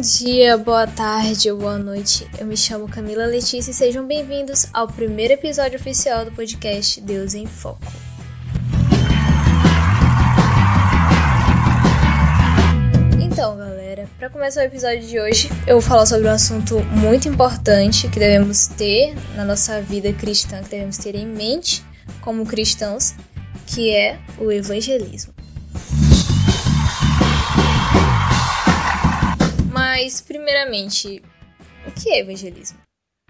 dia, boa tarde ou boa noite. Eu me chamo Camila Letícia e sejam bem-vindos ao primeiro episódio oficial do podcast Deus em Foco. Então, galera, para começar o episódio de hoje, eu vou falar sobre um assunto muito importante que devemos ter na nossa vida cristã, que devemos ter em mente como cristãos, que é o evangelismo. Mas, primeiramente, o que é evangelismo?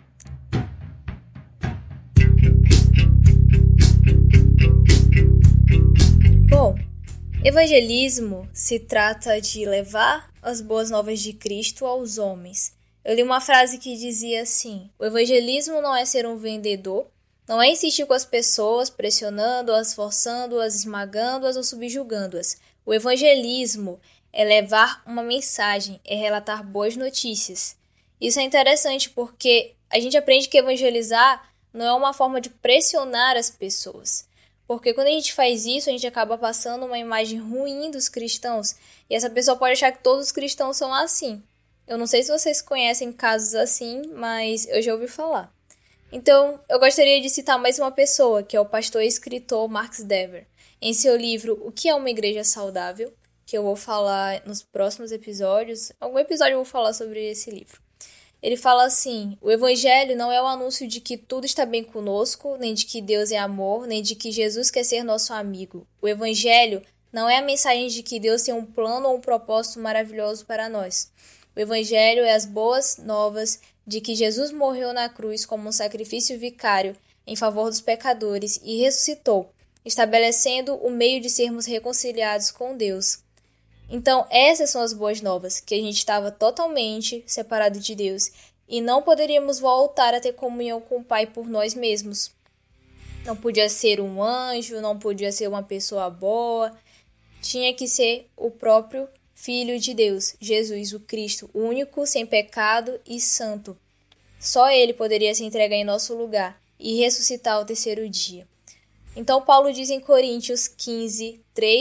Bom, evangelismo se trata de levar as boas novas de Cristo aos homens. Eu li uma frase que dizia assim: o evangelismo não é ser um vendedor, não é insistir com as pessoas, pressionando-as, forçando-as, esmagando-as ou subjugando-as. O evangelismo é levar uma mensagem, é relatar boas notícias. Isso é interessante porque a gente aprende que evangelizar não é uma forma de pressionar as pessoas. Porque quando a gente faz isso, a gente acaba passando uma imagem ruim dos cristãos. E essa pessoa pode achar que todos os cristãos são assim. Eu não sei se vocês conhecem casos assim, mas eu já ouvi falar. Então, eu gostaria de citar mais uma pessoa, que é o pastor e escritor Mark Dever. Em seu livro O que é uma Igreja Saudável, que eu vou falar nos próximos episódios. Algum episódio eu vou falar sobre esse livro. Ele fala assim: o evangelho não é o anúncio de que tudo está bem conosco, nem de que Deus é amor, nem de que Jesus quer ser nosso amigo. O evangelho não é a mensagem de que Deus tem um plano ou um propósito maravilhoso para nós. O evangelho é as boas novas de que Jesus morreu na cruz como um sacrifício vicário em favor dos pecadores e ressuscitou, estabelecendo o meio de sermos reconciliados com Deus. Então, essas são as boas novas, que a gente estava totalmente separado de Deus e não poderíamos voltar a ter comunhão com o Pai por nós mesmos. Não podia ser um anjo, não podia ser uma pessoa boa, tinha que ser o próprio Filho de Deus, Jesus, o Cristo, único, sem pecado e santo. Só Ele poderia se entregar em nosso lugar e ressuscitar ao terceiro dia. Então, Paulo diz em Coríntios 15,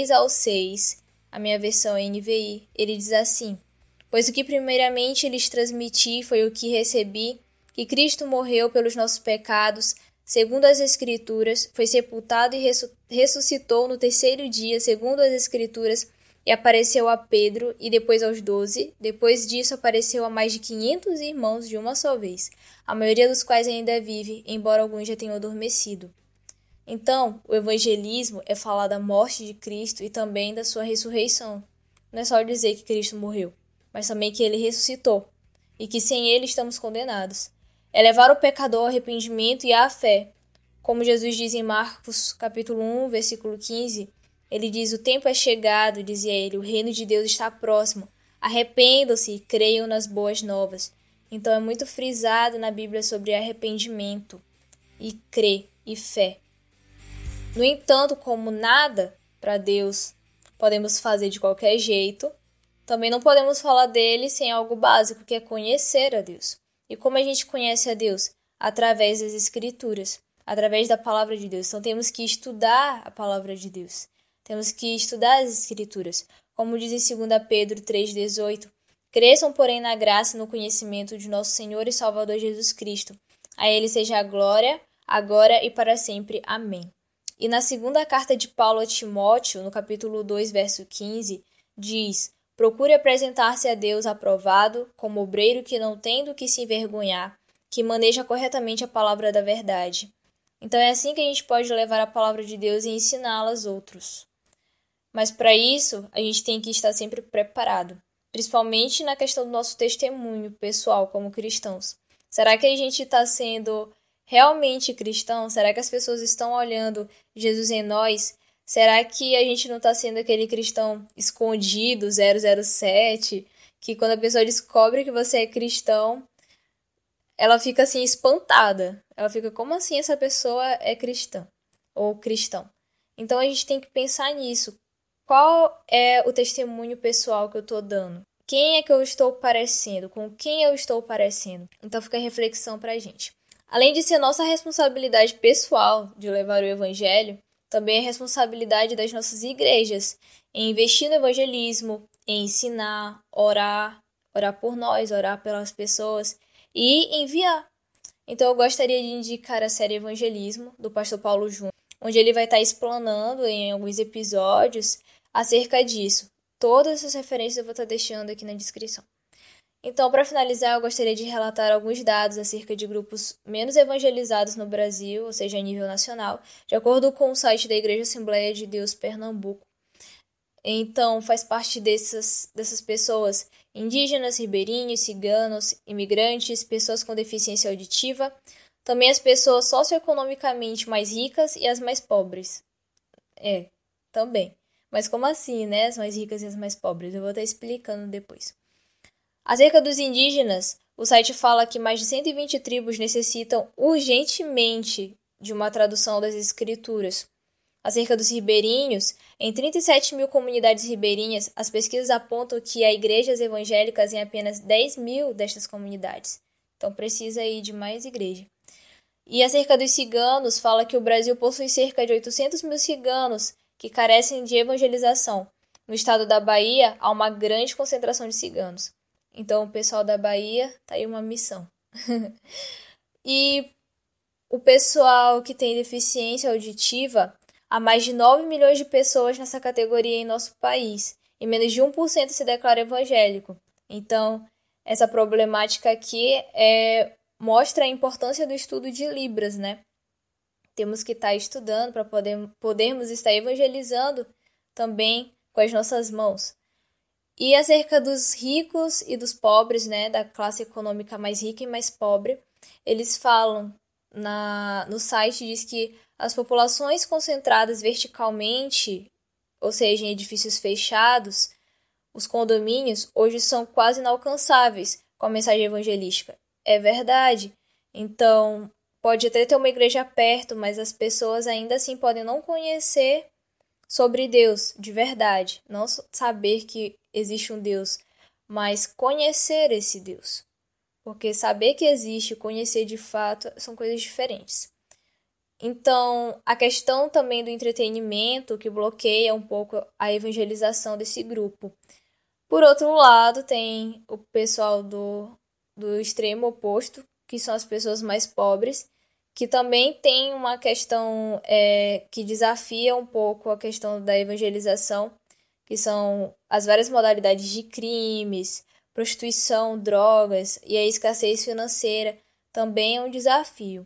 3-6, a minha versão é NVI, ele diz assim: pois o que primeiramente lhes transmiti foi o que recebi, que Cristo morreu pelos nossos pecados, segundo as Escrituras, foi sepultado e ressuscitou no terceiro dia, segundo as Escrituras, e apareceu a Pedro e depois aos 12. Depois disso apareceu a mais de 500 irmãos de uma só vez, a maioria dos quais ainda vive, embora alguns já tenham adormecido. Então, o evangelismo é falar da morte de Cristo e também da sua ressurreição. Não é só dizer que Cristo morreu, mas também que ele ressuscitou e que sem ele estamos condenados. É levar o pecador ao arrependimento e à fé. Como Jesus diz em Marcos capítulo 1, versículo 15, ele diz: o tempo é chegado, dizia ele, o reino de Deus está próximo. Arrependam-se e creiam nas boas novas. Então é muito frisado na Bíblia sobre arrependimento e crer e fé. No entanto, como nada para Deus podemos fazer de qualquer jeito, também não podemos falar dele sem algo básico, que é conhecer a Deus. E como a gente conhece a Deus? Através das Escrituras, através da Palavra de Deus. Então temos que estudar a Palavra de Deus. Temos que estudar as Escrituras. Como diz em 2 Pedro 3,18, cresçam, porém, na graça e no conhecimento de nosso Senhor e Salvador Jesus Cristo. A ele seja a glória, agora e para sempre. Amém. E na segunda carta de Paulo a Timóteo, no capítulo 2, verso 15, diz: procure apresentar-se a Deus aprovado, como obreiro que não tem do que se envergonhar, que maneja corretamente a palavra da verdade. Então é assim que a gente pode levar a palavra de Deus e ensiná-la aos outros. Mas para isso, a gente tem que estar sempre preparado, principalmente na questão do nosso testemunho pessoal como cristãos. Será que a gente está sendo realmente cristão? Será que as pessoas estão olhando Jesus em nós? Será que a gente não está sendo aquele cristão escondido, 007, que quando a pessoa descobre que você é cristão, ela fica assim espantada. Ela fica: como assim essa pessoa é cristã ou cristão? Então a gente tem que pensar nisso. Qual é o testemunho pessoal que eu estou dando? Quem é que eu estou parecendo? Com quem eu estou parecendo? Então fica a reflexão para a gente. Além de ser nossa responsabilidade pessoal de levar o evangelho, também é responsabilidade das nossas igrejas em investir no evangelismo, em ensinar, orar orar por nós, orar pelas pessoas e enviar. Então eu gostaria de indicar a série Evangelismo, do pastor Paulo Júnior, onde ele vai estar explanando em alguns episódios acerca disso. Todas essas referências eu vou estar deixando aqui na descrição. Então, para finalizar, eu gostaria de relatar alguns dados acerca de grupos menos evangelizados no Brasil, ou seja, a nível nacional, de acordo com o site da Igreja Assembleia de Deus Pernambuco. Então, faz parte dessas pessoas indígenas, ribeirinhos, ciganos, imigrantes, pessoas com deficiência auditiva, também as pessoas socioeconomicamente mais ricas e as mais pobres. Também. Mas como assim, né? As mais ricas e as mais pobres? Eu vou estar explicando depois. Acerca dos indígenas, o site fala que mais de 120 tribos necessitam urgentemente de uma tradução das escrituras. Acerca dos ribeirinhos, em 37 mil comunidades ribeirinhas, as pesquisas apontam que há igrejas evangélicas em apenas 10 mil destas comunidades. Então precisa aí de mais igreja. E acerca dos ciganos, fala que o Brasil possui cerca de 800 mil ciganos que carecem de evangelização. No estado da Bahia, há uma grande concentração de ciganos. Então, o pessoal da Bahia tá aí uma missão. E o pessoal que tem deficiência auditiva, há mais de 9 milhões de pessoas nessa categoria em nosso país. E menos de 1% se declara evangélico. Então, essa problemática aqui mostra a importância do estudo de Libras, né? Temos que estar estudando para podermos estar evangelizando também com as nossas mãos. E acerca dos ricos e dos pobres, né, da classe econômica mais rica e mais pobre, eles falam no site, diz que as populações concentradas verticalmente, ou seja, em edifícios fechados, os condomínios, hoje são quase inalcançáveis com a mensagem evangelística. É verdade. Então, pode até ter uma igreja perto, mas as pessoas ainda assim podem não conhecer sobre Deus de verdade, não saber que existe um Deus, mas conhecer esse Deus. Porque saber que existe e conhecer de fato são coisas diferentes. Então, a questão também do entretenimento que bloqueia um pouco a evangelização desse grupo. Por outro lado, tem o pessoal do extremo oposto, que são as pessoas mais pobres, que também tem uma questão que desafia um pouco a questão da evangelização, que são as várias modalidades de crimes, prostituição, drogas e a escassez financeira também é um desafio.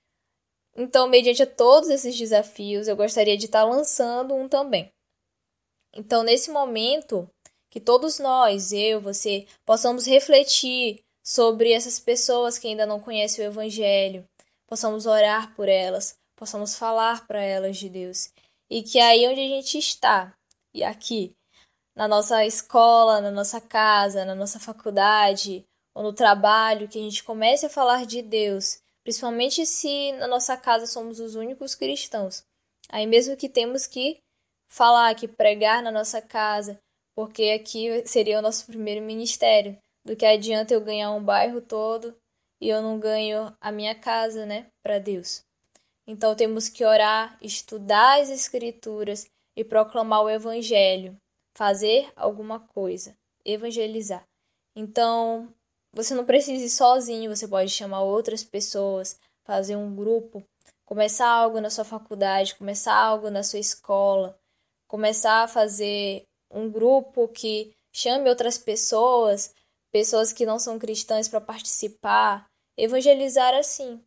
Então, mediante todos esses desafios, eu gostaria de estar lançando um também. Então, nesse momento, que todos nós, eu, você, possamos refletir sobre essas pessoas que ainda não conhecem o Evangelho, possamos orar por elas, possamos falar para elas de Deus. E que aí onde a gente está, e aqui, na nossa escola, na nossa casa, na nossa faculdade, ou no trabalho, que a gente comece a falar de Deus, principalmente se na nossa casa somos os únicos cristãos. Aí mesmo que temos que falar, que pregar na nossa casa, porque aqui seria o nosso primeiro ministério. Do que adianta eu ganhar um bairro todo e eu não ganho a minha casa, né, para Deus. Então temos que orar, estudar as Escrituras e proclamar o Evangelho, fazer alguma coisa, evangelizar. Então, você não precisa ir sozinho, você pode chamar outras pessoas, fazer um grupo, começar algo na sua faculdade, começar algo na sua escola, começar a fazer um grupo que chame outras pessoas que não são cristãs para participar, evangelizar assim,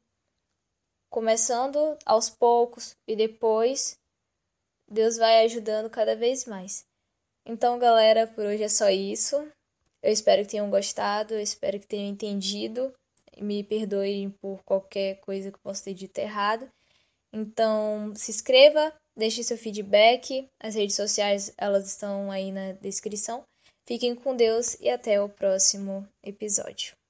começando aos poucos e depois Deus vai ajudando cada vez mais. Então, galera, por hoje é só isso. Eu espero que tenham gostado, eu espero que tenham entendido. Me perdoem por qualquer coisa que eu possa ter dito errado. Então, se inscreva, deixe seu feedback. As redes sociais, elas estão aí na descrição. Fiquem com Deus e até o próximo episódio.